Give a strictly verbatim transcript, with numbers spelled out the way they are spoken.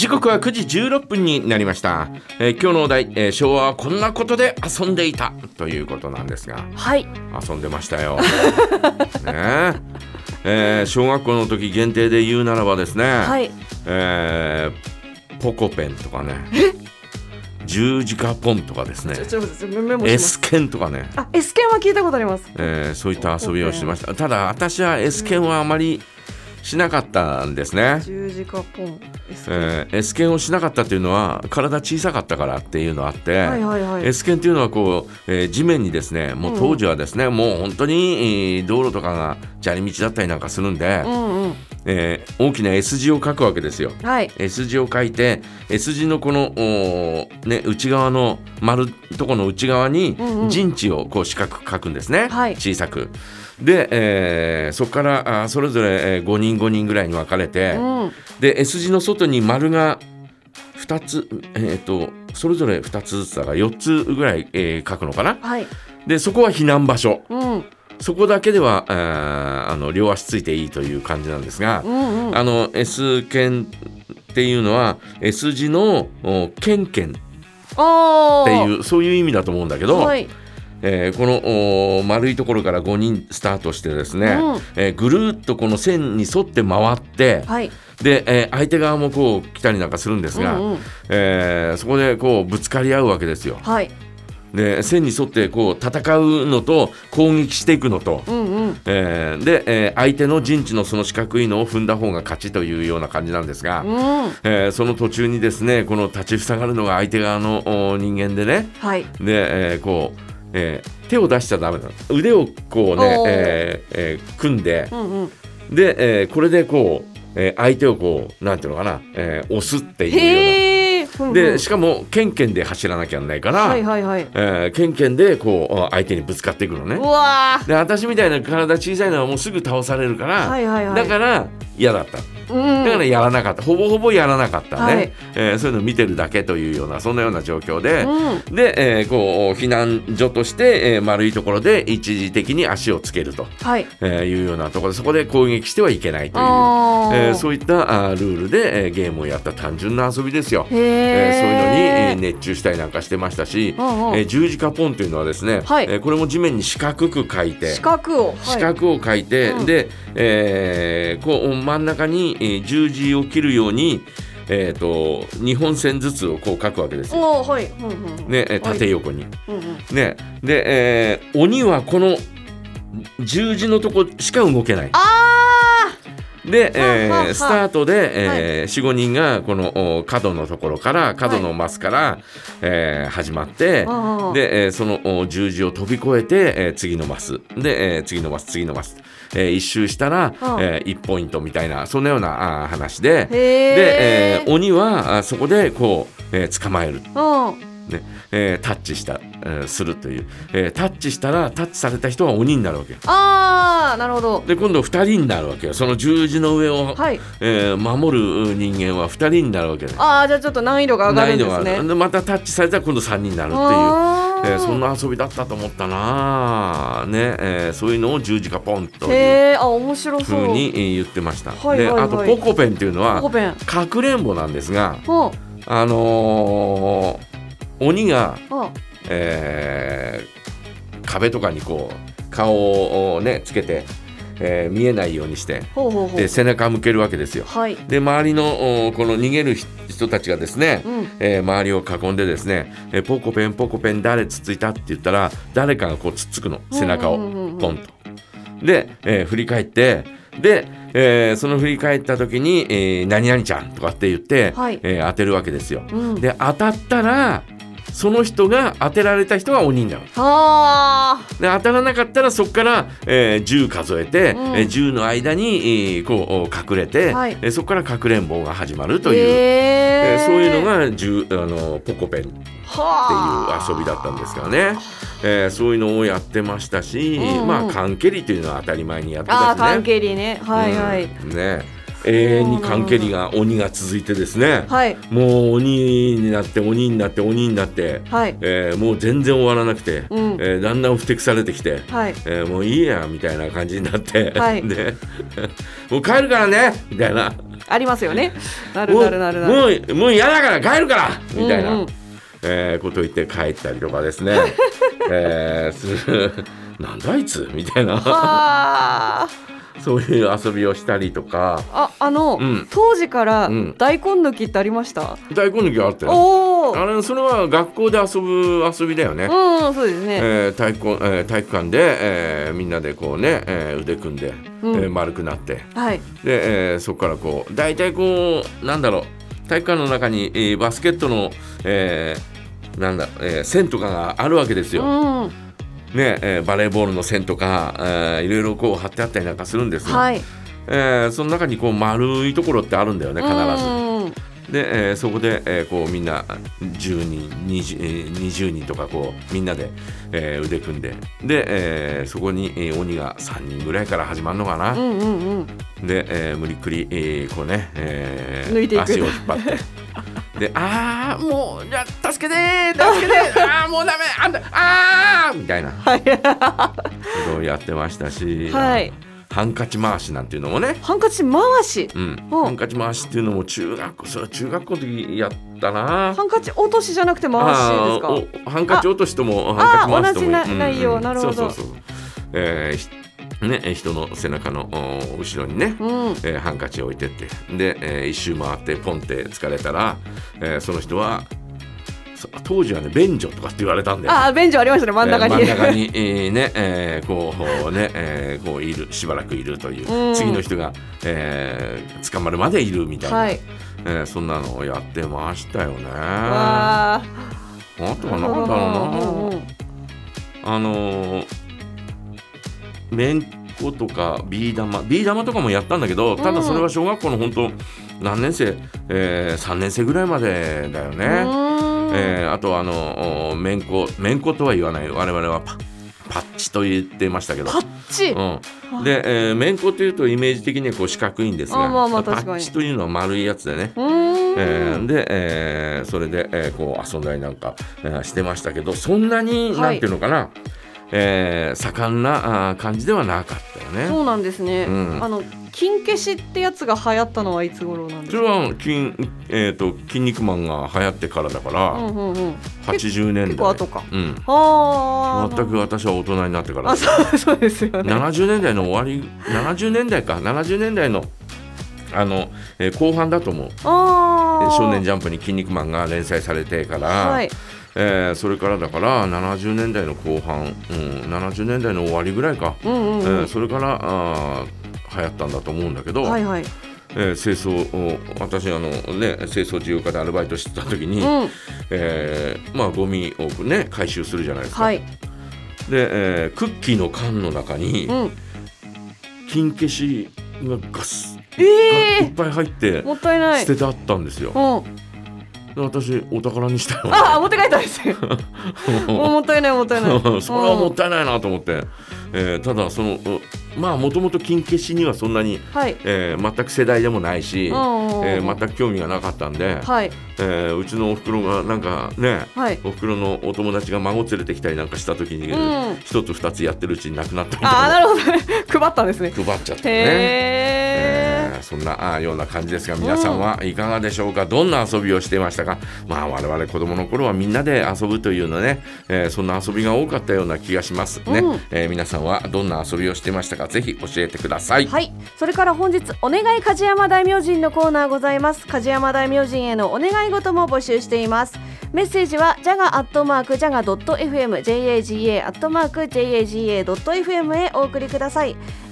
時刻はくじじゅうろっぷんになりました、えー、今日のお題、えー、昭和はこんなことで遊んでいたということなんですが、 はい、 遊んでましたよ、ねえー、小学校の時限定で言うならばですね、 はい、 えー、ポコペンとかね、十字架ポンとかですね、エスケンとかね、 あ、エスケンは聞いたことあります、 えー、そういった遊びをしてました。ただ私はエスケンはあまりしなかったんですね。 十字架ポン、エスケン、 えー、エスケンをしなかったっていうのは体小さかったからっていうのがあって、 はいはいはい、 エスケンっていうのはこう、えー、地面にですね、もう当時はですね、うん、もう本当に、えー、道路とかが砂利道だったりなんかするんで、うんうん、えー、大きな S 字を書くわけですよ、はい、S 字を書いて S 字のこの、ね、内側の丸とこの内側に陣地をこう四角く書くんですね、はい、小さくで、えー、そこからあそれぞれごにんごにんぐらいに分かれて、うん、で S 字の外に丸がふたつ、えー、とそれぞれふたつずつだからよっつぐらい、えー、書くのかな、はい、でそこは避難場所、うん、そこだけではああの両足ついていいという感じなんですが、うんうん、あの S 剣っていうのは S 字のケンケンっていうそういう意味だと思うんだけど、はい、えー、この丸いところからごにんスタートしてですね、うん、えー、ぐるっとこの線に沿って回って、はい、で、えー、相手側もこう来たりなんかするんですが、うんうん、えー、そこでこうぶつかり合うわけですよ、はい、で線に沿ってこう戦うのと攻撃していくのと、うんうん、えー、で、えー、相手の陣地のその四角いのを踏んだ方が勝ちというような感じなんですが、うん、えー、その途中にですねこの立ちふさがるのが相手側の人間でね、はい、で、えー、こうえー、手を出しちゃダメだ、腕をこうね、えーえー、組んで、うんうん、で、えー、これでこう、えー、相手をこうなんていうのかな、えー、押すっていうような、でしかもケンケンで走らなきゃいけないから、はいはいはい、えー、ケンケンでこう相手にぶつかっていくのね。うわで私みたいな体小さいのはもうすぐ倒されるから、はいはいはい、だから嫌だった、うん、だからやらなかった、ほぼほぼやらなかったね、はい、えー、そういうのを見てるだけというようなそんなような状況で、うん、で、えー、こう避難所として、えー、丸いところで一時的に足をつけると、はい、えー、いうようなところでそこで攻撃してはいけないという、えー、そういったあルールで、えー、ゲームをやった単純な遊びですよ。へー、えー、そういうのに、えー、熱中したりなんかしてましたし、うんうん、えー、十字架ポンというのはですね、はい、えー、これも地面に四角く書いて四角を、はい、 四角を書いて、うん、で、えー、こう真ん中に、えー、十字を切るように、えー、とにほん線ずつをこう書くわけですよ、はい、うんうん、ね、縦横に、はい、うんうん、ね、で、えー、鬼はこの十字のとこしか動けない。あで、えーはははスタートで、えーはい、よん、ごにんがこの角のところから角のマスから、はい、えー、始まって、で、えー、その十字を飛び越えて、えー、次のマスで、えー、次のマス次のマス、えー、一周したら、えー、いちポイントみたいなそんなようなあ話で、で、えー、鬼はそこでこう、えー、捕まえる、ね、えー、タッチした、えー、するという、えー、タッチしたらタッチされた人は鬼になるわけ。 あー、なるほど。 で今度ふたりになるわけよ。その十字の上を、はい、えー、守る人間はふたりになるわけで、 あー、じゃあちょっと難易度が上がるんですね。難易度が上がる。 でまたタッチされたら今度さんにんになるっていう、えー、そんな遊びだったと思ったな、ね、えー、そういうのを十字架ポンというふうに言ってました。はいはいはい、であとポコペンっていうのはかくれんぼなんですが、あのー鬼が、えー、壁とかにこう顔をねつけて、えー、見えないようにしてほうほうほうで背中向けるわけですよ、はい、で周りのこの逃げる人たちがですね、うん、えー、周りを囲んでですね、えー、ポコペンポコペン誰つっついたって言ったら誰かがこうつっつくの背中をポンとで、えー、振り返ってで、えー、その振り返った時に、えー、何々ちゃんとかって言って、はい、えー、当てるわけですよ、うん、で当たったらその人が当てられた人が鬼になる。はで当たらなかったらそこから、えー、じゅう数えて、うん、えー、じゅうの間に、えー、こう隠れて、はい、えー、そこからかくれんぼが始まるという、えー、そういうのがじゅうあのポコペンっていう遊びだったんですからね、えー、そういうのをやってましたし、うんうん、まあ缶蹴りというのは当たり前にやってたしね。 あ、缶蹴りね、はいはい、 うん、ね、 永遠に缶蹴りが鬼が続いてですね、 はい、 もう鬼になって鬼になって鬼になって、はい、えー、もう全然終わらなくて、うん、えー、だんだんふてくされてきて、はい、えー、もういいやみたいな感じになって、はい、でもう帰るからねみたいなありますよね。なるなるなるなる、 もうもう嫌だから帰るからみたいな、うんうん、えー、ことを言って帰ったりとかですね、えー、するなんだあいつみたいなそういう遊びをしたりとか。 あ、あの、うん、当時から大根抜きってありました？ うん、大根抜きはあったよ。おあれそれは学校で遊ぶ遊びだよね。 うん、そうですね。 えー、体育、えー、体育館で、えー、みんなでこうね、えー、腕組んで、うん、えー、丸くなって、はい、で、えー、そこからこう大体こうなんだろう、体育館の中に、えー、バスケットの、えー、なんだ、えー、線とかがあるわけですよ。うん、ねえー、バレーボールの線とか、えー、いろいろこう貼ってあったりなんかするんですが、はい、えー、その中にこう丸いところってあるんだよね、必ず。で、えー、そこで、えー、こうみんなじゅうにん 20, にじゅうにんとかこうみんなで、えー、腕組んで、で、えー、そこに、えー、鬼がさんにんぐらいから始まるのかな、うんうんうん、で、えー、無理くり、えー、こうね、えー、抜いていく、足を引っ張ってで、あーもうじゃ助けてー助けてーあーもうダメあんたあーみたいなことをやってましたし、はい、ハンカチ回しなんていうのもね。 ハンカチ回し、 うん、ハンカチ回しっていうのも中学校、それは中学校の時やったな。 ハンカチ落としじゃなくて回しですか？ハンカチ落としともハンカチ回しとも同じ内容、うん、なるほど。 そうそうそう、えーね、人の背中の後ろにね、うん、えー、ハンカチを置いてってで、えー、一周回ってポンって疲れたら、えー、その人は当時はね便所とかって言われたんだよ、ね、 ああ便所ありましたね、真ん中に、 えー、真ん中に、えーねえー、こうね、えー、こういるしばらくいるという、うん、次の人が、えー、捕まるまでいるみたいな、はい、えー、そんなのをやってましたよね。わあとは何だろうな、うんうん、あのーめんことかビー玉ビー玉とかもやったんだけど、ただそれは小学校の本当何年生、えー、さんねん生ぐらいまでだよね。えー、あとあのめんこめんことは言わない、我々は パ, パッチと言ってましたけど、 パッチ、 うん、で、えー、めんこというとイメージ的にはこう四角いんですが、 まあまあパッチというのは丸いやつでね、えー、で、えー、それで、えー、こう遊んだりなんか、えー、してましたけど、そんなに、はい、なんていうのかな、えー、盛んなあ感じではなかったよね。 そうなんですね、うん、あの金消しってやつが流行ったのはいつ頃なんですか？ それは筋、えーと、筋肉マンが流行ってからだから、うんうんうん、はちじゅうねんだい、 結構後か、 うん、あ全く私は大人になってから、 あ そう、そうですよね。 ななじゅうねんだいの終わり、ななじゅうねんだいか、ななじゅうねんだいのあの、えー、後半だと思う。あ少年ジャンプに筋肉マンが連載されてから、はい、えー、それからだからななじゅうねんだいの後半、うん、ななじゅうねんだいの終わりぐらいか、うんうんうん、えー、それからあ流行ったんだと思うんだけど、はいはい、えー、清掃私あの、ね、清掃事業課でアルバイトしてた時に、うん、えーまあ、ゴミを、ね、回収するじゃないですか、はい、で、えー、クッキーの缶の中に、うん、金消しがガス、えー、いっぱい入ってもったいない捨ててあったんですよ、うん、で私お宝にしたよ、ね、 ああ持って帰ったんですよもったいないもったいないそれはもったいないなと思って、えー、ただそのまあもともと金消しにはそんなに、はい、えー、全く世代でもないし、えー、全く興味がなかったんで、はい、えー、うちのおふくろがなんかね、はい、おふくろのお友達が孫連れてきたりなんかした時に一、うん、つ二つやってるうちになくなったみたいな。 あなるほどね配ったんですね。 配っちゃったね。へー、そんなあような感じですが、皆さんはいかがでしょうか、うん、どんな遊びをしていましたか。まあ我々子供の頃はみんなで遊ぶというのね、えー、そんな遊びが多かったような気がしますね、うん、えー、皆さんはどんな遊びをしていましたか、ぜひ教えてください。 はい、それから本日お願い梶山大明神のコーナーございます。梶山大明神へのお願い事も募集しています。メッセージは ジャガ アットマーク ジャガ ドット エフエム ジェイエージーエー アットマーク ジェイエージーエー ドット エフエム へお送りください。